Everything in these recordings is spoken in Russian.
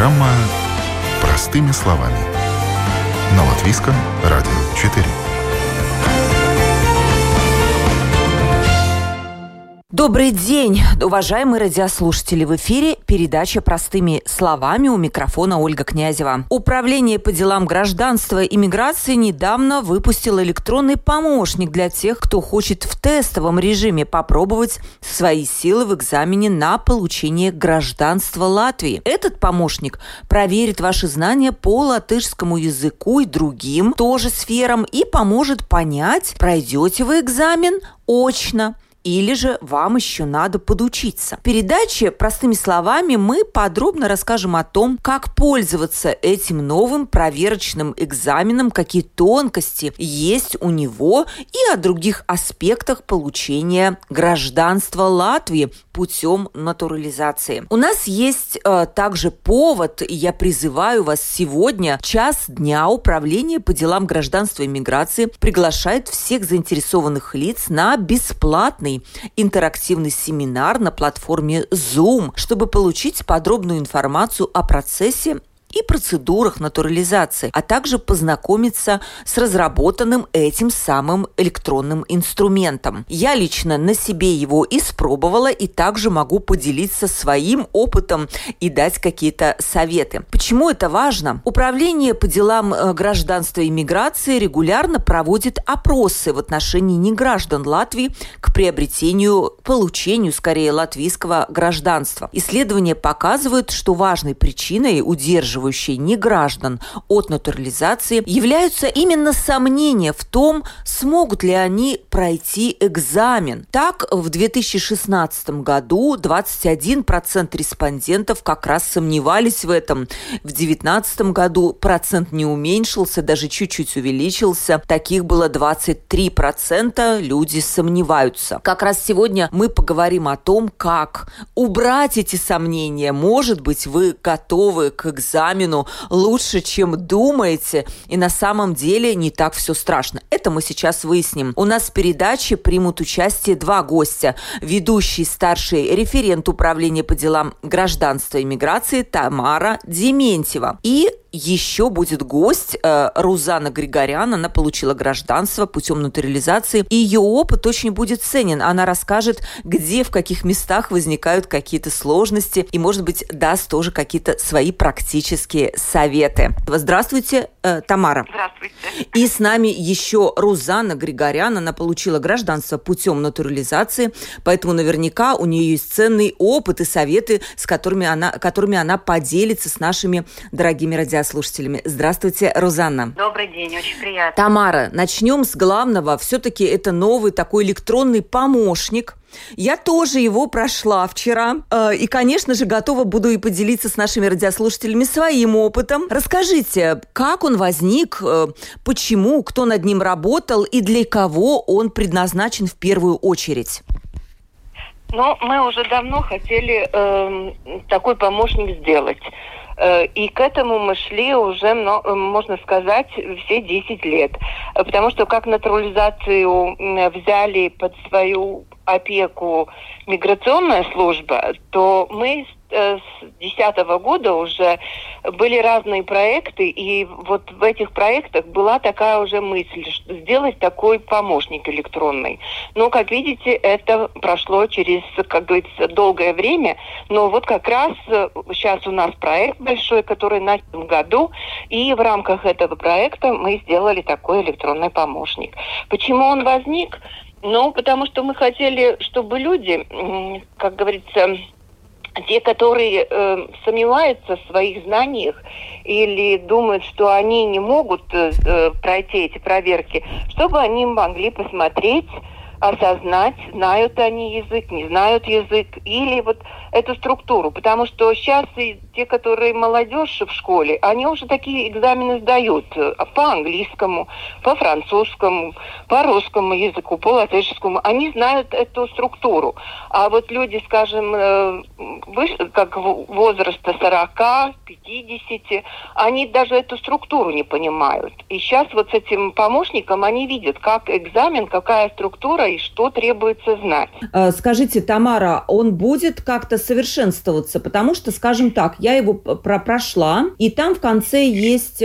Программа «Простыми словами» на Латвийском радио 4. Добрый день, уважаемые радиослушатели! В эфире передача «Простыми словами», у микрофона Ольга Князева. Управление по делам гражданства и миграции недавно выпустило электронный помощник для тех, кто хочет в тестовом режиме попробовать свои силы в экзамене на получение гражданства Латвии. Этот помощник проверит ваши знания по латышскому языку и другим тоже сферам и поможет понять, пройдете вы экзамен очно или же вам еще надо подучиться. В передаче «Простыми словами» мы подробно расскажем о том, как пользоваться этим новым проверочным экзаменом, какие тонкости есть у него и о других аспектах получения гражданства Латвии путем натурализации. У нас есть также повод, и я призываю вас сегодня, час дня Управление по делам гражданства и миграции приглашает всех заинтересованных лиц на бесплатный интерактивный семинар на платформе Zoom, чтобы получить подробную информацию о процессе и процедурах натурализации, а также познакомиться с разработанным этим самым электронным инструментом. Я лично на себе его испробовала и также могу поделиться своим опытом и дать какие-то советы. Почему это важно? Управление по делам гражданства и миграции регулярно проводит опросы в отношении неграждан Латвии к получению латвийского гражданства. Исследования показывают, что важной причиной, удерживающей неграждан от натурализации, являются именно сомнения в том, смогут ли они пройти экзамен. Так, в 2016 году 21% респондентов как раз сомневались в этом. В 2019 году процент не уменьшился, даже чуть-чуть увеличился. Таких было 23%, люди сомневаются. Как раз сегодня мы поговорим о том, как убрать эти сомнения. Может быть, вы готовы к экзамену лучше, чем думаете, и на самом деле не так все страшно. Это мы сейчас выясним. У нас в передаче примут участие два гостя. Ведущий старший референт Управления по делам гражданства и миграции Тамара Дементьева. И еще будет гость Рузана Григорян. Она получила гражданство путем натурализации. И ее опыт очень будет ценен. Она расскажет, где, в каких местах возникают какие-то сложности. И, может быть, даст тоже какие-то свои практические советы. Здравствуйте, Тамара. Здравствуйте. И с нами еще Рузана Григорян. Она получила гражданство путем натурализации. Поэтому наверняка у нее есть ценный опыт и советы, которыми она поделится с нашими дорогими радиослушателями. Здравствуйте, Рузанна. Добрый день, очень приятно. Тамара, начнем с главного. Все-таки это новый такой электронный помощник. Я тоже его прошла вчера. И, конечно же, готова буду и поделиться с нашими радиослушателями своим опытом. Расскажите, как он возник, почему, кто над ним работал и для кого он предназначен в первую очередь? Мы уже давно хотели такой помощник сделать. И к этому мы шли уже, можно сказать, все 10 лет. Потому что как натурализацию взяли под свою опеку миграционная служба, то мы с 2010 года уже были разные проекты, и вот в этих проектах была такая уже мысль, что сделать такой помощник электронный. Но, как видите, это прошло через, как говорится, долгое время, но вот как раз сейчас у нас проект большой, который на этом году, и в рамках этого проекта мы сделали такой электронный помощник. Почему он возник? Потому что мы хотели, чтобы люди, как говорится, те, которые сомневаются в своих знаниях или думают, что они не могут пройти эти проверки, чтобы они могли посмотреть, осознать, знают они язык, не знают язык, или вот эту структуру. Потому что сейчас и те, которые молодежь в школе, они уже такие экзамены сдают по английскому, по французскому, по русскому языку, по латышскому. Они знают эту структуру. А вот люди, скажем, выше, как возраста 40, 50, они даже эту структуру не понимают. И сейчас вот с этим помощником они видят, как экзамен, какая структура и что требуется знать. Скажите, Тамара, он будет как-то совершенствоваться? Потому что, скажем так, я его прошла, и там в конце есть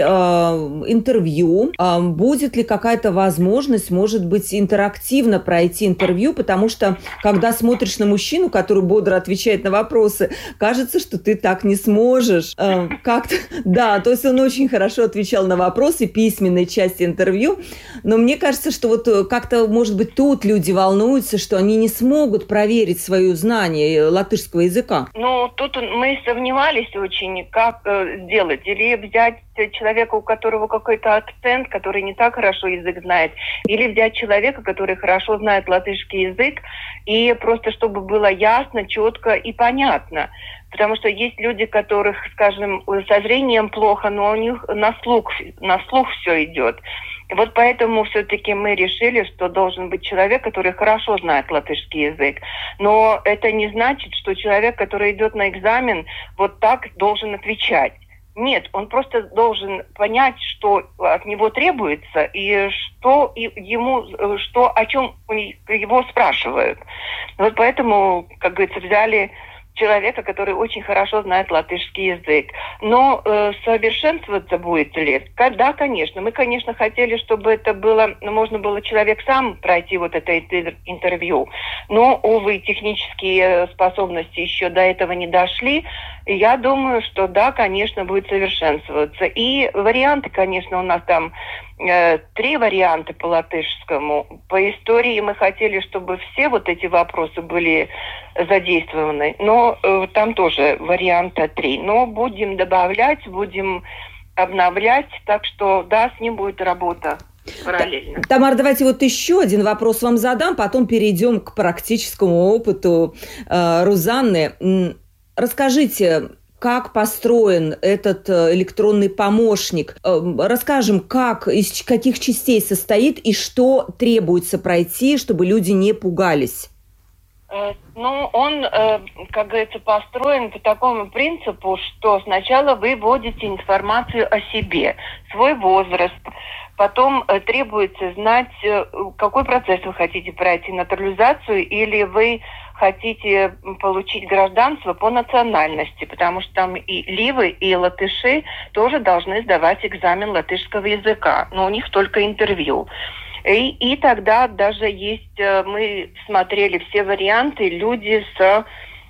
интервью. Будет ли какая-то возможность, может быть, интерактивно пройти интервью? Потому что, когда смотришь на мужчину, который бодро отвечает на вопросы, кажется, что ты так не сможешь. Как-то, да, то есть он очень хорошо отвечал на вопросы письменной части интервью, но мне кажется, что вот как-то, может быть, тут люди волнуются, что они не смогут проверить свое знание латышского языка. Ну, тут мы сомневались очень, как сделать. Или взять человека, у которого какой-то акцент, который не так хорошо язык знает, или взять человека, который хорошо знает латышский язык, и просто чтобы было ясно, четко и понятно. Потому что есть люди, которых, скажем, со зрением плохо, но у них на слух все идет. И вот поэтому все-таки мы решили, что должен быть человек, который хорошо знает латышский язык. Но это не значит, что человек, который идет на экзамен, вот так должен отвечать. Нет, он просто должен понять, что от него требуется и что ему, о чем его спрашивают. Вот поэтому, как говорится, взяли человека, который очень хорошо знает латышский язык. Но совершенствоваться будет ли? Да, конечно. Мы, конечно, хотели, чтобы это было, можно было человек сам пройти вот это интервью. Но, увы, технические способности еще до этого не дошли. И я думаю, что да, конечно, будет совершенствоваться. И варианты, конечно, у нас там 3 варианта по латышскому. По истории мы хотели, чтобы все вот эти вопросы были задействованы. Но там тоже варианта 3. Но будем добавлять, будем обновлять. Так что, да, с ним будет работа параллельно. Тамара, давайте вот еще один вопрос вам задам, потом перейдем к практическому опыту Рузанны. Расскажите, как построен этот электронный помощник? Расскажем, из каких частей состоит и что требуется пройти, чтобы люди не пугались? Ну, он, как говорится, построен по такому принципу, что сначала вы вводите информацию о себе, свой возраст, потом требуется знать, какой процесс вы хотите пройти, натурализацию, или вы хотите получить гражданство по национальности, потому что там и ливы, и латыши тоже должны сдавать экзамен латышского языка, но у них только интервью. И тогда даже есть, мы смотрели все варианты, люди с,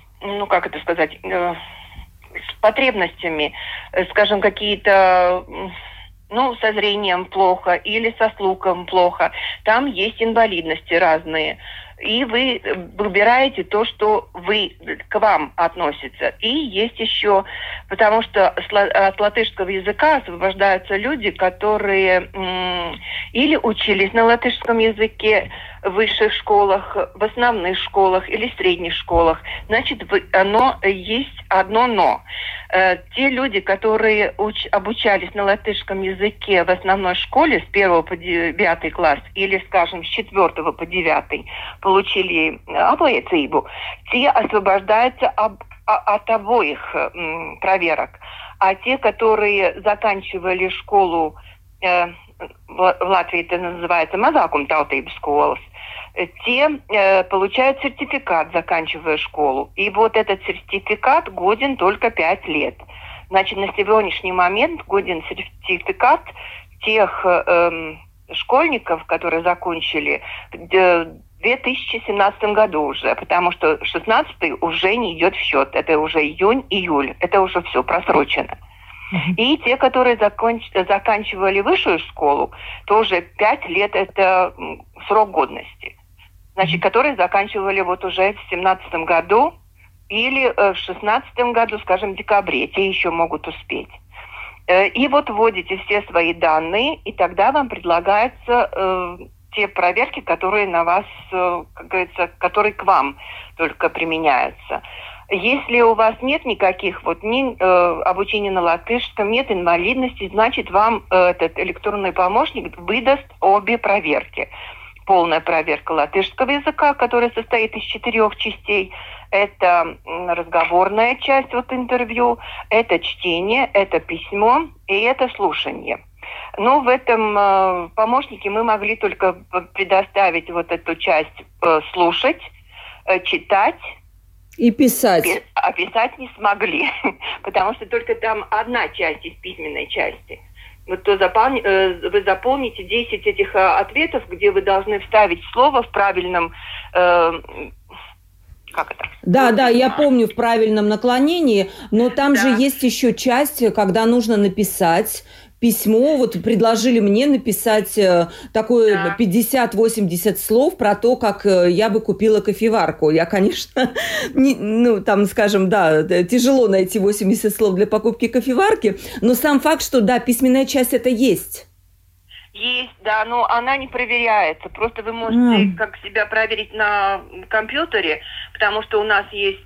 с потребностями, скажем, какие-то, со зрением плохо или со слухом плохо. Там есть инвалидности разные. И вы выбираете то, что к вам относится. И есть еще, потому что от латышского языка освобождаются люди, которые или учились на латышском языке в высших школах, в основных школах или средних школах. Значит, есть одно «но». Те люди, которые обучались на латышском языке в основной школе с 1 по 9 класс или, скажем, с 4 по 9, получили apliecību, те освобождаются от обоих проверок. А те, которые заканчивали школу, в Латвии это называется mazākumtautības школы, те получают сертификат, заканчивая школу. И вот этот сертификат годен только 5 лет. Значит, на сегодняшний момент годен сертификат тех школьников, которые закончили в 2017 году уже, потому что 16-й уже не идет в счет. Это уже июнь-июль. Это уже все просрочено. И те, которые заканчивали высшую школу, тоже 5 лет это срок годности. Значит, которые заканчивали вот уже в 2017 году или в 2016 году, скажем, в декабре, те еще могут успеть. И вот вводите все свои данные, и тогда вам предлагаются те проверки, которые на вас, как говорится, которые к вам только применяются. Если у вас нет никаких обучения на латышском, нет инвалидности, значит, вам этот электронный помощник выдаст обе проверки. Полная проверка латышского языка, которая состоит из 4 частей. Это разговорная часть интервью, это чтение, это письмо и это слушание. Но в этом помощнике мы могли только предоставить вот эту часть слушать, читать. И писать. А писать не смогли, потому что только там одна часть из письменной части. Вот то вы заполните 10 этих ответов, где вы должны вставить слово в правильном... Как это? Да, я помню, в правильном наклонении, но там же есть еще часть, когда нужно написать письмо. Вот предложили мне написать такое 50-80 слов про то, как я бы купила кофеварку. Я, конечно, тяжело найти 80 слов для покупки кофеварки, но сам факт, что, письменная часть это есть. Есть, да, но она не проверяется. Просто вы можете как себя проверить на компьютере, потому что у нас есть,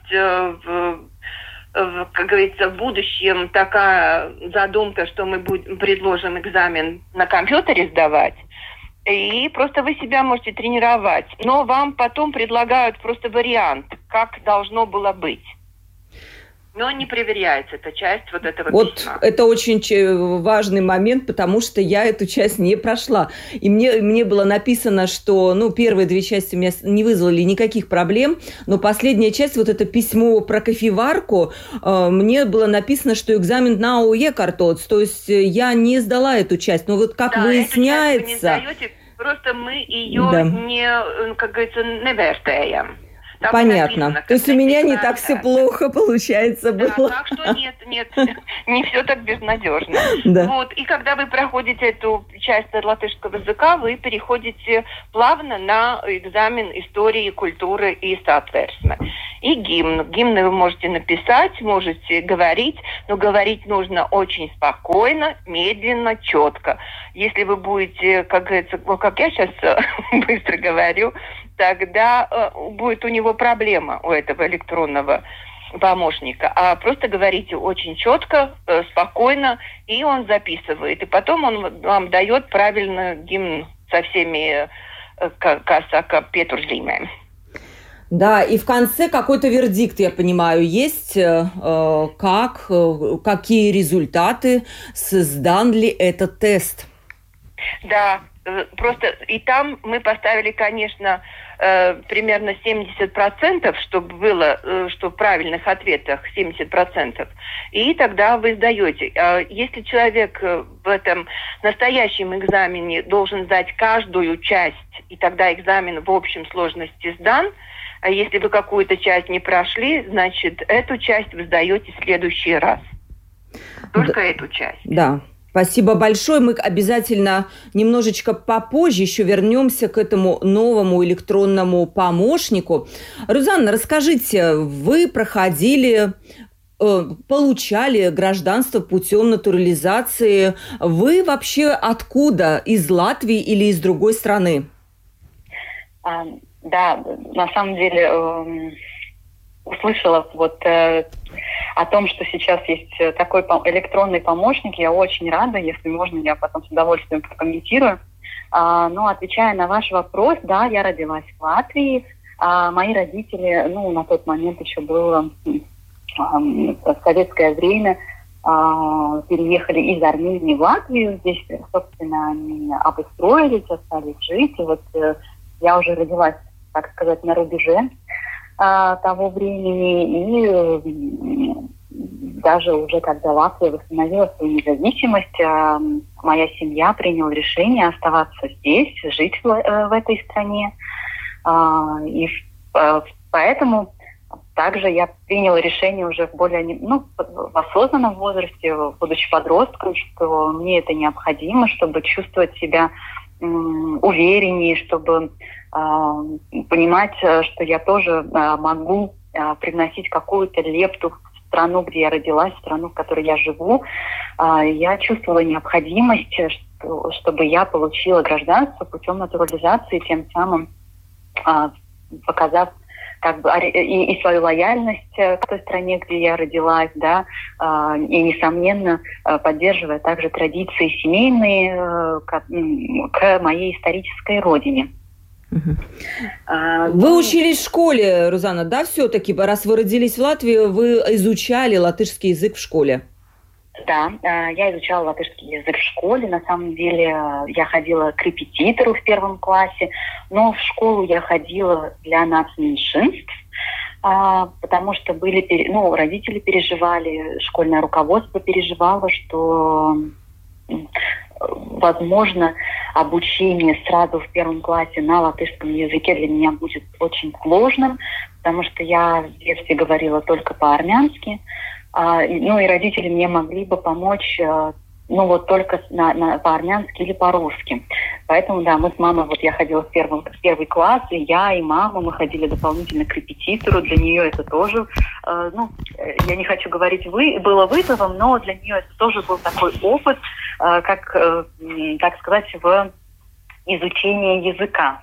как говорится, в будущем такая задумка, что мы предложим экзамен на компьютере сдавать. И просто вы себя можете тренировать. Но вам потом предлагают просто вариант, как должно было быть. Но не проверяется эта часть вот этого письма. Это очень важный момент, потому что я эту часть не прошла. И мне было написано, что первые 2 части у меня не вызвали никаких проблем, но последняя часть, вот это письмо про кофеварку, мне было написано, что экзамен на ОЕ-картоц, то есть я не сдала эту часть. Но вот как выясняется... Эту часть вы не сдаете, просто мы ее не, как говорится, не вертаем. Там понятно. Написано, то есть у меня не так все плохо получается было. Так что нет, не все так безнадежно. Да. Вот. И когда вы проходите эту часть латышского языка, вы переходите плавно на экзамен истории, культуры и сатверсме. И гимн. Гимн вы можете написать, можете говорить, но говорить нужно очень спокойно, медленно, четко. Если вы будете, как говорится, как я сейчас быстро говорю, тогда будет у него проблема, у этого электронного помощника. А просто говорите очень четко, спокойно, и он записывает. И потом он вам дает правильный гимн со всеми петурzīmēm. Да, и в конце какой-то вердикт, я понимаю, есть, какие результаты, сдан ли этот тест? Да, просто и там мы поставили, конечно, примерно 70%, чтобы было, что в правильных ответах 70%, и тогда вы сдаете. Если человек в этом настоящем экзамене должен сдать каждую часть, и тогда экзамен в общем сложности сдан, а если вы какую-то часть не прошли, значит, эту часть вы сдаете в следующий раз. Только эту часть. Да. Спасибо большое. Мы обязательно немножечко попозже еще вернемся к этому новому электронному помощнику. Рузанна, расскажите, вы получали гражданство путем натурализации. Вы вообще откуда? Из Латвии или из другой страны? Да, на самом деле услышала о том, что сейчас есть такой электронный помощник. Я очень рада, если можно, я потом с удовольствием прокомментирую. Но отвечая на ваш вопрос, да, я родилась в Латвии. Мои родители, на тот момент еще было советское время, переехали из Армении в Латвию. Здесь, собственно, они обустроились, остались жить. И вот я уже родилась, так сказать, на рубеже того времени, и даже уже когда Латвия восстановила свою независимость, моя семья приняла решение оставаться здесь, жить в этой стране, и поэтому также я приняла решение уже в более, в осознанном возрасте, будучи подростком, что мне это необходимо, чтобы чувствовать себя увереннее, чтобы понимать, что я тоже могу привносить какую-то лепту в страну, где я родилась, в страну, в которой я живу. Я чувствовала необходимость, чтобы я получила гражданство путем натурализации, тем самым показав и свою лояльность к той стране, где я родилась, да, и, несомненно, поддерживая также традиции семейные к моей исторической родине. Вы учились в школе, Рузанна, да, все-таки, раз вы родились в Латвии, вы изучали латышский язык в школе? Да, я изучала латышский язык в школе. На самом деле я ходила к репетитору в 1 классе, но в школу я ходила для нацменьшинств, потому что родители переживали, школьное руководство переживало, что, возможно, обучение сразу в 1 классе на латышском языке для меня будет очень сложным, потому что я в детстве говорила только по-армянски. И родители мне могли бы помочь, только по-армянски или по-русски. Поэтому, да, мы с мамой, я ходила в первый класс, и я, и мама, мы ходили дополнительно к репетитору. Для нее это тоже, я не хочу говорить, было вызовом, но для нее это тоже был такой опыт, так сказать, в изучении языка.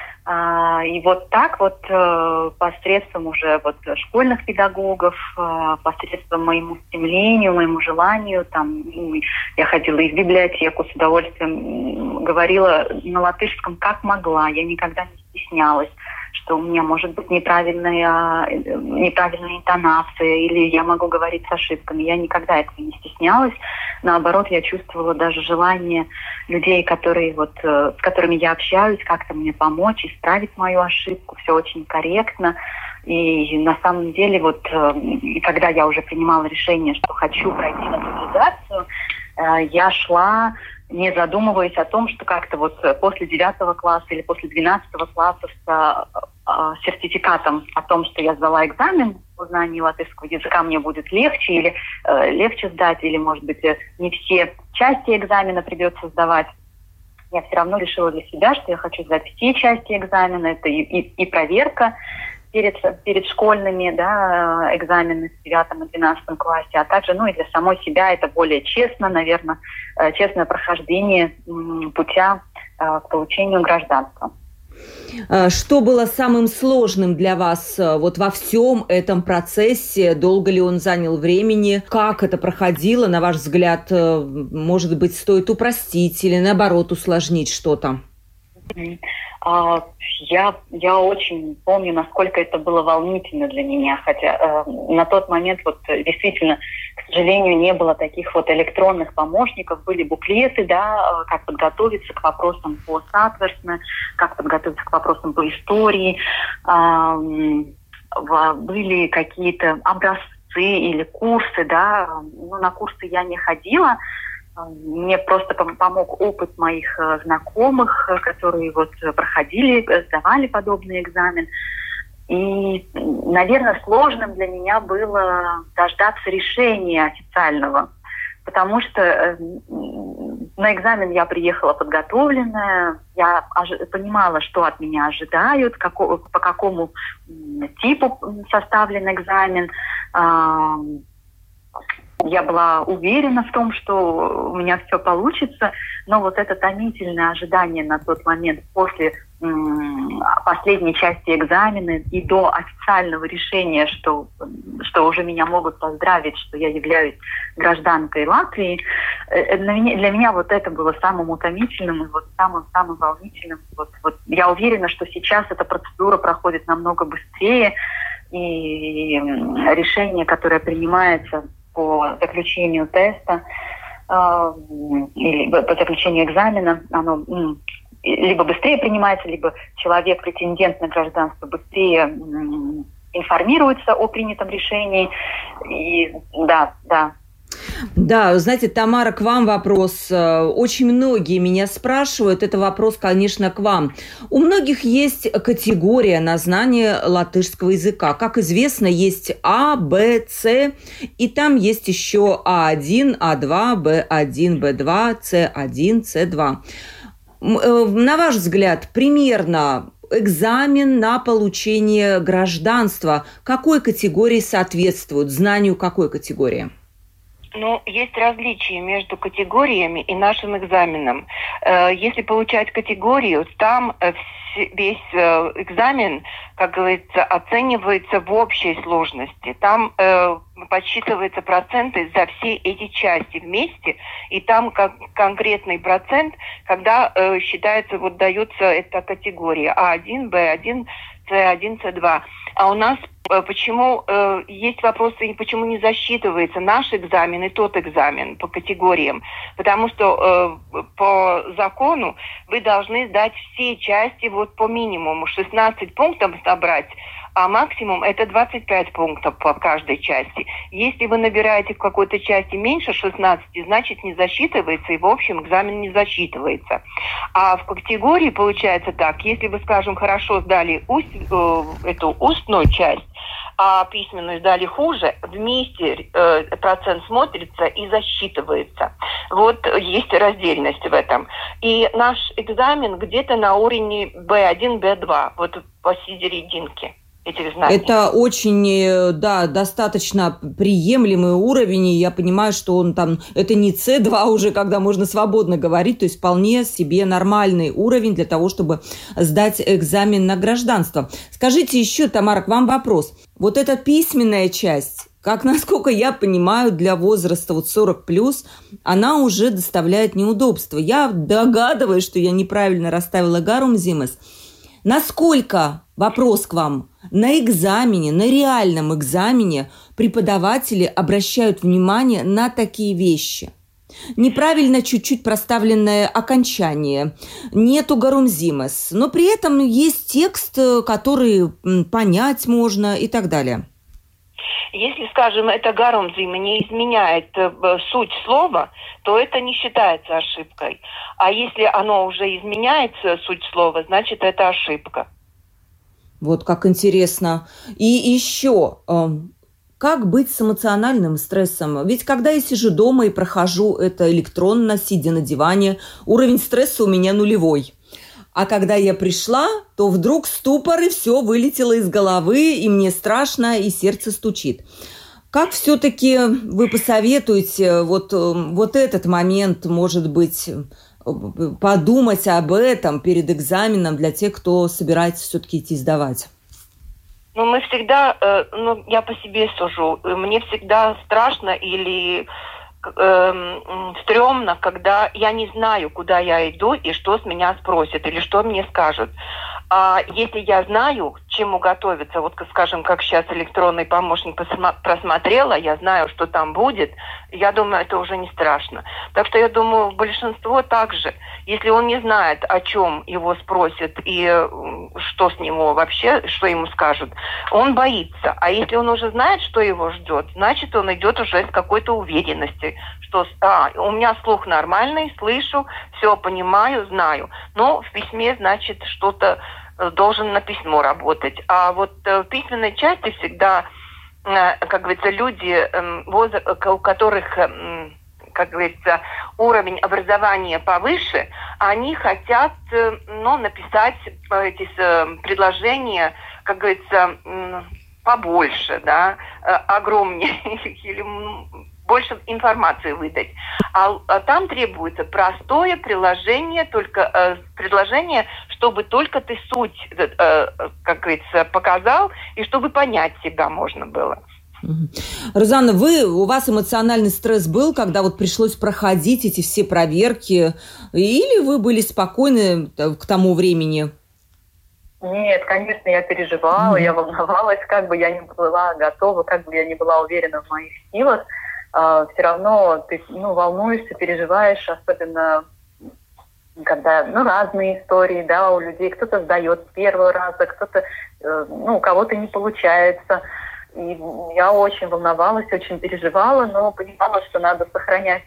И так посредством уже школьных педагогов, посредством моему стремлению, моему желанию, я ходила и в библиотеку с удовольствием, говорила на латышском как могла, я никогда не стеснялась, что у меня может быть неправильная интонация, или я могу говорить с ошибками. Я никогда этого не стеснялась. Наоборот, я чувствовала даже желание людей, с которыми я общаюсь, как-то мне помочь, исправить мою ошибку. Все очень корректно. И на самом деле, когда я уже принимала решение, что хочу пройти натурализацию, я шла, не задумываясь о том, что как-то после 9 класса или после 12 класса с сертификатом о том, что я сдала экзамен по знанию латышского языка, мне будет легче или легче сдать, или, может быть, не все части экзамена придется сдавать. Я все равно решила для себя, что я хочу сдать все части экзамена. Это и проверка перед школьными экзаменами в 9 и 12 классе, а также и для самой себя это более честно, наверное, честное прохождение путя к получению гражданства. Что было самым сложным для вас во всем этом процессе? Долго ли он занял времени? Как это проходило, на ваш взгляд? Может быть, стоит упростить или, наоборот, усложнить что-то? Я очень помню, насколько это было волнительно для меня, хотя на тот момент действительно, к сожалению, не было таких электронных помощников, были буклеты, как подготовиться к вопросам по сатверсме, как подготовиться к вопросам по истории, были какие-то образцы или курсы, на курсы я не ходила. Мне просто помог опыт моих знакомых, которые проходили, сдавали подобный экзамен. И, наверное, сложным для меня было дождаться решения официального, потому что на экзамен я приехала подготовленная, я понимала, что от меня ожидают, по какому типу составлен экзамен. Я была уверена в том, что у меня все получится, но это томительное ожидание на тот момент после последней части экзамена и до официального решения, что уже меня могут поздравить, что я являюсь гражданкой Латвии, для меня это было самым утомительным и самым волнительным. Я уверена, что сейчас эта процедура проходит намного быстрее, и решение, которое принимается по заключению теста или по заключению экзамена, оно либо быстрее принимается, либо человек, претендент на гражданство, быстрее информируется о принятом решении. И да. Да, знаете, Тамара, к вам вопрос. Очень многие меня спрашивают, это вопрос, конечно, к вам. У многих есть категория на знание латышского языка. Как известно, есть А, Б, С, и там есть еще А1, А2, Б1, Б2, С1, С2. На ваш взгляд, примерно экзамен на получение гражданства какой категории соответствует? Знанию какой категории? Есть различия между категориями и нашим экзаменом. Если получать категорию, там весь экзамен, как говорится, оценивается в общей сложности. Там подсчитываются проценты за все эти части вместе, и там конкретный процент, когда считается, дается эта категория А1, Б1, С1, С2. А у нас Почему есть вопросы, почему не засчитывается наш экзамен и тот экзамен по категориям? Потому что по закону вы должны сдать все части вот по минимуму, 16 пунктов собрать, а максимум это 25 пунктов по каждой части. Если вы набираете в какой-то части меньше 16, значит не засчитывается, и в общем экзамен не засчитывается. А в категории получается так, если вы, скажем, хорошо сдали эту устную часть, а письменную сдали хуже, вместе процент смотрится и засчитывается. Вот есть раздельность в этом. И наш экзамен где-то на уровне B1, B2, вот по серединке. Это очень, да, достаточно приемлемый уровень, и я понимаю, что он там, это не C2 уже, когда можно свободно говорить, то есть вполне себе нормальный уровень для того, чтобы сдать экзамен на гражданство. Скажите еще, Тамара, к вам вопрос. Вот эта письменная часть, как, насколько я понимаю, для возраста вот 40+, она уже доставляет неудобства. Я догадываюсь, что я неправильно расставила гарум зимес. Насколько, вопрос к вам, на экзамене, на реальном экзамене преподаватели обращают внимание на такие вещи? Неправильно чуть-чуть проставленное окончание, нету гарум зимес, но при этом есть текст, который понять можно и так далее. Если, скажем, это гарум зима не изменяет суть слова, то это не считается ошибкой. А если оно уже изменяется, суть слова, значит, это ошибка. Вот как интересно. И еще, как быть с эмоциональным стрессом? Ведь когда я сижу дома и прохожу это электронно, сидя на диване, уровень стресса у меня нулевой. А когда я пришла, то вдруг ступор, и все вылетело из головы, и мне страшно, и сердце стучит. Как все-таки вы посоветуете вот этот момент, может быть, подумать об этом перед экзаменом для тех, кто собирается все-таки идти сдавать? Ну, мы всегда, я по себе сужу, мне всегда страшно или стрёмно, когда я не знаю, куда я иду и что с меня спросят или что мне скажут. А если я знаю, к чему готовиться, вот, скажем, как сейчас электронный помощник просмотрела, я знаю, что там будет, я думаю, это уже не страшно. Так что я думаю, большинство также, если он не знает, о чем его спросят и что с него вообще, что ему скажут, он боится. А если он уже знает, что его ждет, значит, он идет уже с какой-то уверенностью, что у меня слух нормальный, слышу, все понимаю, знаю. Но в письме, значит, что-то должен на письмо работать. А вот в письменной части всегда, как говорится, люди, у которых, как говорится, уровень образования повыше, они хотят, написать эти предложения, как говорится, побольше, да, огромнее или больше информации выдать. А там требуется простое предложение, чтобы только ты суть, как говорится, показал, и чтобы понять себя можно было. Розанна, у вас эмоциональный стресс был, когда вот пришлось проходить эти все проверки, или вы были спокойны к тому времени? Нет, конечно, я переживала, я волновалась, как бы я ни была готова, как бы я ни была уверена в моих силах. Все равно ты волнуешься, переживаешь, особенно когда разные истории, да, у людей. Кто-то сдает с первого раза, кто-то, у кого-то не получается. И я очень волновалась, очень переживала, но понимала, что надо сохранять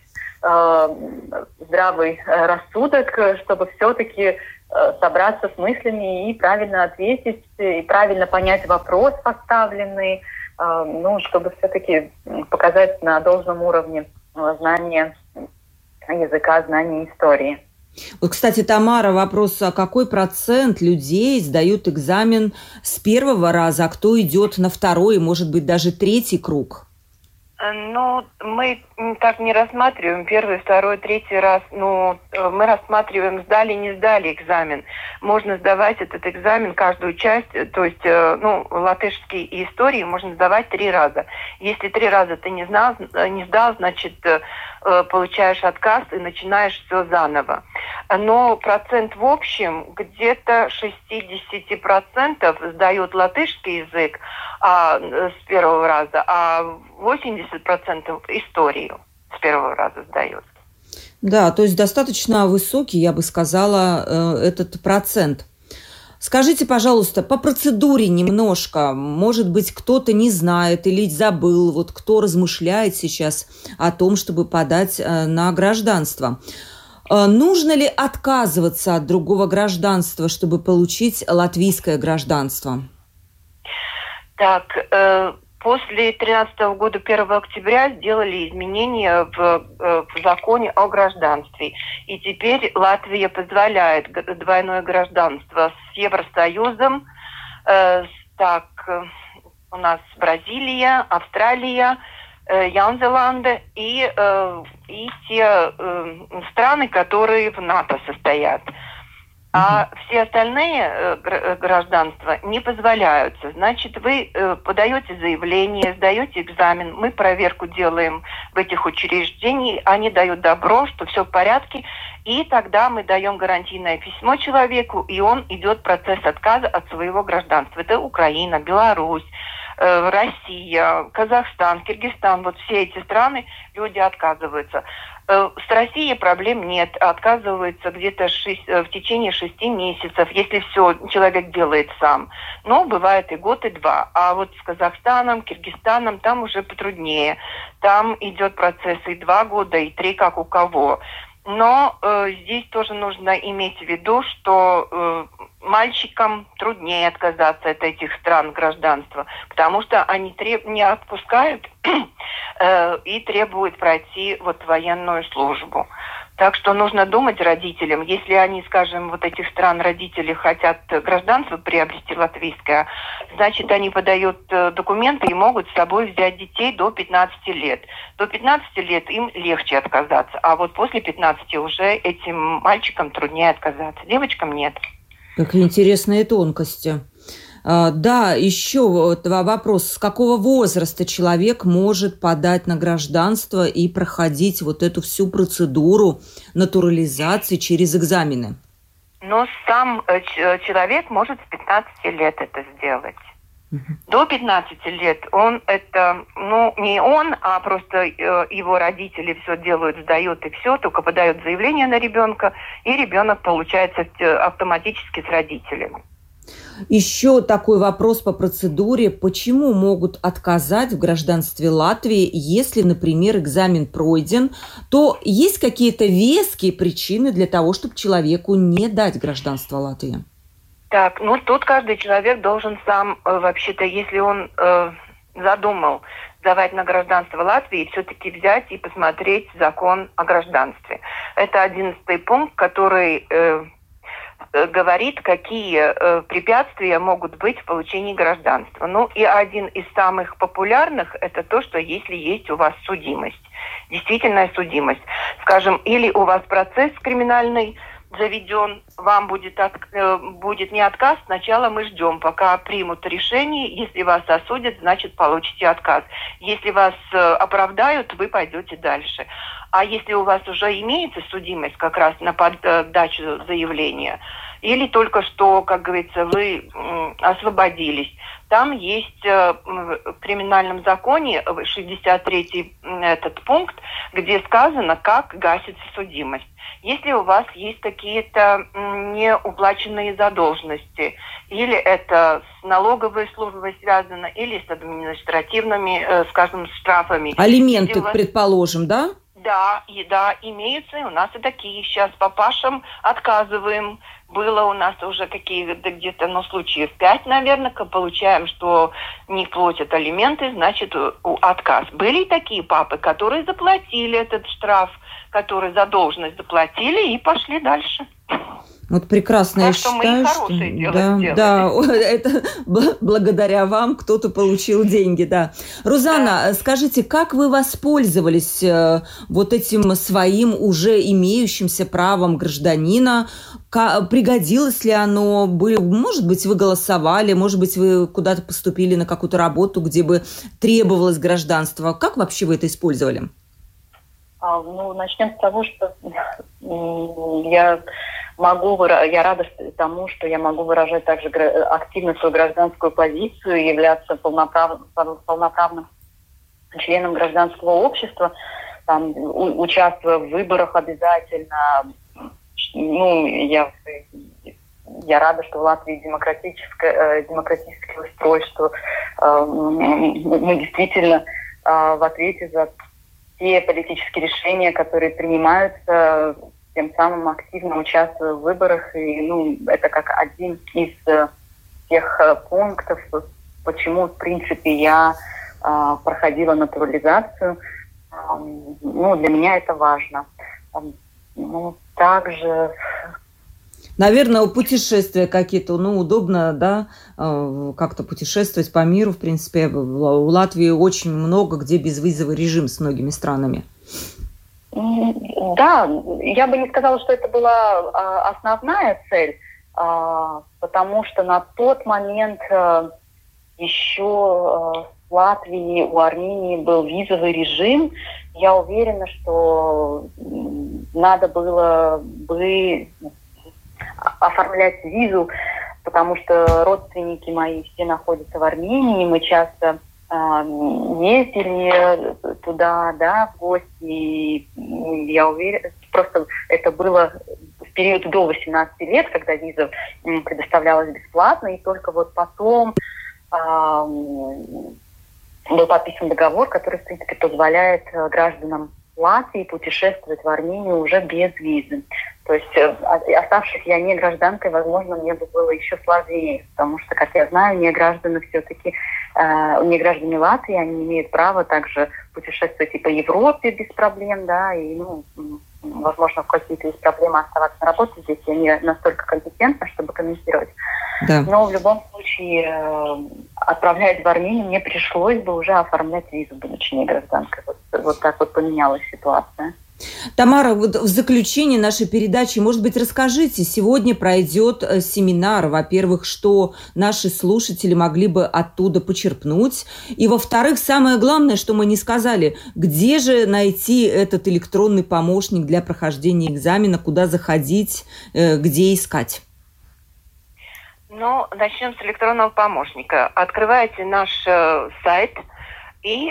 здравый рассудок, чтобы все-таки собраться с мыслями и правильно ответить, и правильно понять вопрос поставленный, чтобы все-таки показать на должном уровне знания языка, знания истории. Вот, кстати, Тамара, вопрос, а какой процент людей сдают экзамен с первого раза, а кто идет на второй, может быть, даже третий круг? Ну, мы так не рассматриваем первый, второй, третий раз. Ну, мы рассматриваем, сдали, не сдали экзамен. Можно сдавать этот экзамен, каждую часть, то есть, латышский и истории можно сдавать 3 раза. Если 3 раза ты не сдал, значит, получаешь отказ и начинаешь все заново. Но процент в общем где-то 60% сдают латышский язык с первого раза, а 80% историю с первого раза сдают. Да, то есть достаточно высокий, я бы сказала, этот процент. Скажите, пожалуйста, по процедуре немножко. Может быть, кто-то не знает или забыл, вот кто размышляет сейчас о том, чтобы подать на гражданство. Нужно ли отказываться от другого гражданства, чтобы получить латвийское гражданство? Так, после 2013 года, 1 октября, сделали изменения в законе о гражданстве. И теперь Латвия позволяет двойное гражданство с Евросоюзом. У нас Бразилия, Австралия, Яунзеланда и те страны, которые в НАТО состоят. А все остальные гражданства не позволяются. Значит, вы подаете заявление, сдаете экзамен, мы проверку делаем в этих учреждениях, они дают добро, что все в порядке, и тогда мы даем гарантийное письмо человеку, и он идет в процесс отказа от своего гражданства. Это Украина, Беларусь, Россия, Казахстан, Киргизстан, вот все эти страны люди отказываются. С Россией проблем нет, отказываются где-то в течение 6 месяцев, если все человек делает сам. Но бывает и год, и 2. А вот с Казахстаном, Киргизстаном там уже потруднее. Там идет процесс и 2 года, и 3, как у кого. Но здесь тоже нужно иметь в виду, что мальчикам труднее отказаться от этих стран гражданства, потому что они не отпускают и требуют пройти военную службу. Так что нужно думать родителям, если они, скажем, этих стран родители хотят гражданство приобрести латвийское, значит, они подают документы и могут с собой взять детей до 15 лет. До 15 лет им легче отказаться, а вот после 15 уже этим мальчикам труднее отказаться, девочкам нет. Какие интересные тонкости. Да, еще вопрос. С какого возраста человек может подать на гражданство и проходить эту всю процедуру натурализации через экзамены? Но сам человек может с 15 лет это сделать. До 15 лет не он, а просто его родители все делают, сдают и все, только подают заявление на ребенка, и ребенок получается автоматически с родителями. Еще такой вопрос по процедуре. Почему могут отказать в гражданстве Латвии, если, например, экзамен пройден, то есть какие-то веские причины для того, чтобы человеку не дать гражданство Латвии? Так, тут каждый человек должен сам, вообще-то, если он задумал сдавать на гражданство Латвии, все-таки взять и посмотреть закон о гражданстве. Это 11-й пункт, который говорит, какие препятствия могут быть в получении гражданства. И один из самых популярных – это то, что если есть у вас судимость, действительная судимость. Скажем, или у вас процесс криминальный заведен, вам будет не отказ, сначала мы ждем, пока примут решение. Если вас осудят, значит, получите отказ. Если вас оправдают, вы пойдете дальше. А если у вас уже имеется судимость как раз на подачу заявления, или только что, как говорится, вы освободились, там есть в криминальном законе 63-й этот пункт, где сказано, как гасится судимость. Если у вас есть какие-то неуплаченные задолженности, или это с налоговой службой связано, или с административными, скажем, штрафами. Алименты, предположим, да? Да, имеются, и у нас и такие. Сейчас папашам отказываем. Было у нас уже где-то, случаев 5, наверное, получаем, что не платят алименты, значит, отказ. Были и такие папы, которые заплатили этот штраф, которые задолженность заплатили и пошли дальше. Вот прекрасно, я считаю, что да, это благодаря вам кто-то получил деньги, да. Рузанна, скажите, как вы воспользовались вот этим своим уже имеющимся правом гражданина? Пригодилось ли оно? Может быть, вы голосовали, может быть, вы куда-то поступили на какую-то работу, где бы требовалось гражданство. Как вообще вы это использовали? Начнем с того, что я рада тому, что я могу выражать также активно свою гражданскую позицию, являться полноправным членом гражданского общества, участвуя в выборах обязательно. Я рада, что в Латвии демократическое устройство. Мы действительно в ответе за те политические решения, которые принимаются, тем самым активно участвуя в выборах. И это как один из тех пунктов, почему, в принципе, я проходила натурализацию. Для меня это важно. Также... Наверное, путешествия какие-то, удобно, да, как-то путешествовать по миру, в принципе. У Латвии очень много где безвизовый режим с многими странами. Да, я бы не сказала, что это была основная цель, потому что на тот момент еще в Латвии, у Армении был визовый режим. Я уверена, что надо было бы оформлять визу, потому что родственники мои все находятся в Армении, мы часто ездили туда, да, в гости, и я уверена, просто это было в период до 18 лет, когда виза предоставлялась бесплатно, и только вот потом был подписан договор, который, в принципе, позволяет гражданам Латвии путешествовать в Армению уже без визы. То есть, оставшись я не гражданкой, возможно, мне бы было еще сложнее, потому что, как я знаю, не граждане Латвии, они имеют право также путешествовать и по Европе без проблем, да, и, возможно, в какие-то есть проблемы оставаться на работе. Здесь я не настолько компетентна, чтобы комментировать. Да. Но в любом случае, отправляясь в Армению, мне пришлось бы уже оформлять визу, будучи не гражданкой. Вот так вот поменялась ситуация. Тамара, вот в заключение нашей передачи, может быть, расскажите, сегодня пройдет семинар, во-первых, что наши слушатели могли бы оттуда почерпнуть, и, во-вторых, самое главное, что мы не сказали, где же найти этот электронный помощник для прохождения экзамена, куда заходить, где искать? Начнем с электронного помощника. Открываете наш сайт и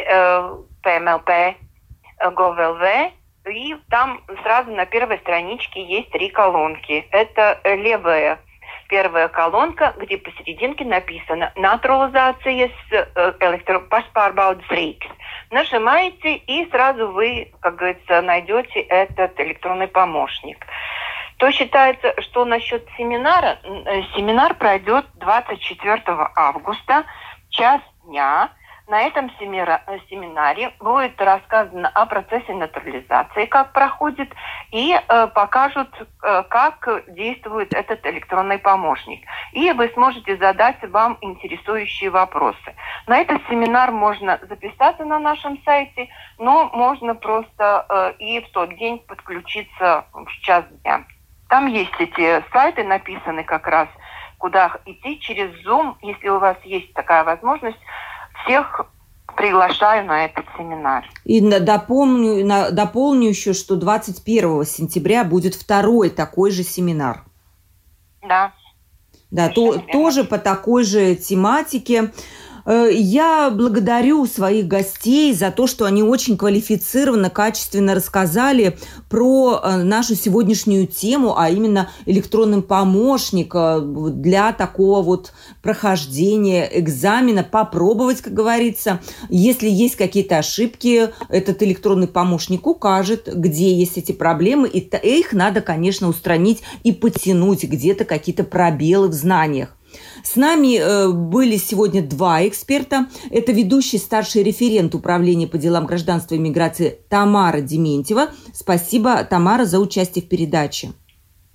pmlp.gov.lv, и там сразу на первой страничке есть 3 колонки. Это левая первая колонка, где посерединке написано «Натурализация с электропаспārбaudes рīks». Нажимаете, и сразу вы, как говорится, найдете этот электронный помощник. То считается, что насчет семинара, семинар пройдет 24 августа, час дня. На этом семинаре будет рассказано о процессе натурализации, как проходит, и покажут, как действует этот электронный помощник. И вы сможете задать вам интересующие вопросы. На этот семинар можно записаться на нашем сайте, но можно просто и в тот день подключиться в час дня. Там есть эти сайты, написаны как раз, куда идти через Zoom, если у вас есть такая возможность. Всех приглашаю на этот семинар. И дополню еще, что 21 сентября будет второй такой же семинар. Да. Да, тоже по такой же тематике. Я благодарю своих гостей за то, что они очень квалифицированно, качественно рассказали про нашу сегодняшнюю тему, а именно электронный помощник для такого вот прохождения экзамена. Попробовать, как говорится. Если есть какие-то ошибки, этот электронный помощник укажет, где есть эти проблемы, и их надо, конечно, устранить и подтянуть где-то какие-то пробелы в знаниях. С нами были сегодня 2 эксперта. Это ведущий старший референт Управления по делам гражданства и миграции Тамара Дементьева. Спасибо, Тамара, за участие в передаче.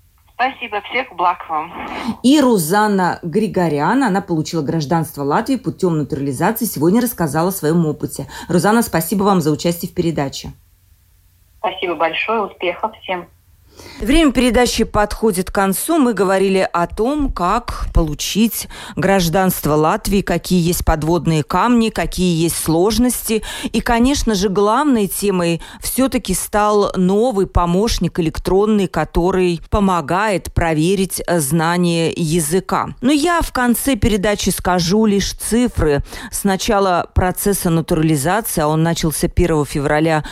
Спасибо, всех благ вам. И Рузанна Григорян, она получила гражданство Латвии путем натурализации, сегодня рассказала о своем опыте. Рузанна, спасибо вам за участие в передаче. Спасибо большое, успехов всем. Время передачи подходит к концу. Мы говорили о том, как получить гражданство Латвии, какие есть подводные камни, какие есть сложности. И, конечно же, главной темой все-таки стал новый помощник электронный, который помогает проверить знание языка. Но я в конце передачи скажу лишь цифры. С начала процесса натурализации, а он начался 1 февраля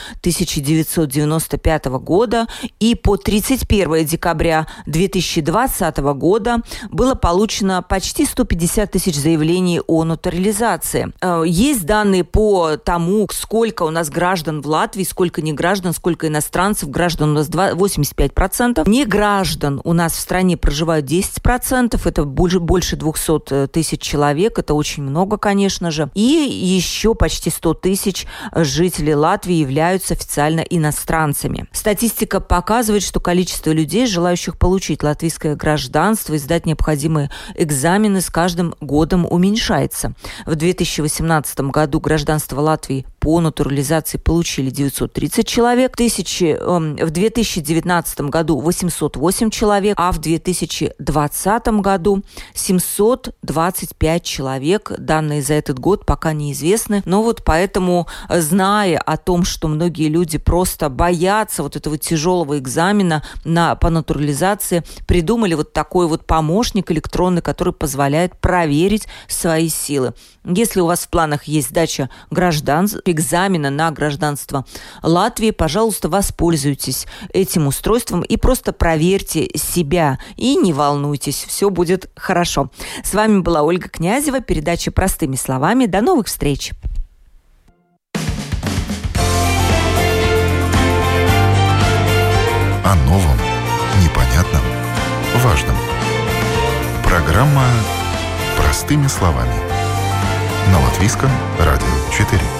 1995 года, и по 31 декабря 2020 года было получено почти 150 тысяч заявлений о натурализации. Есть данные по тому, сколько у нас граждан в Латвии, сколько не граждан, сколько иностранцев. Граждан у нас 85%. Не граждан у нас в стране проживают 10%. Это больше 200 тысяч человек. Это очень много, конечно же. И еще почти 100 тысяч жителей Латвии являются официально иностранцами. Статистика показывает, что количество людей, желающих получить латвийское гражданство и сдать необходимые экзамены, с каждым годом уменьшается. В 2018 году гражданство Латвии по натурализации получили 930 человек, в 2019 году 808 человек, а в 2020 году 725 человек. Данные за этот год пока неизвестны. Но вот поэтому, зная о том, что многие люди просто боятся вот этого тяжелого экзамена по натурализации, придумали вот такой вот помощник электронный, который позволяет проверить свои силы. Если у вас в планах есть сдача экзамена на гражданство Латвии, пожалуйста, воспользуйтесь этим устройством и просто проверьте себя. И не волнуйтесь, все будет хорошо. С вами была Ольга Князева, передача «Простыми словами». До новых встреч! О новом, непонятном, важном. Программа «Простыми словами» на Латвийском радио 4.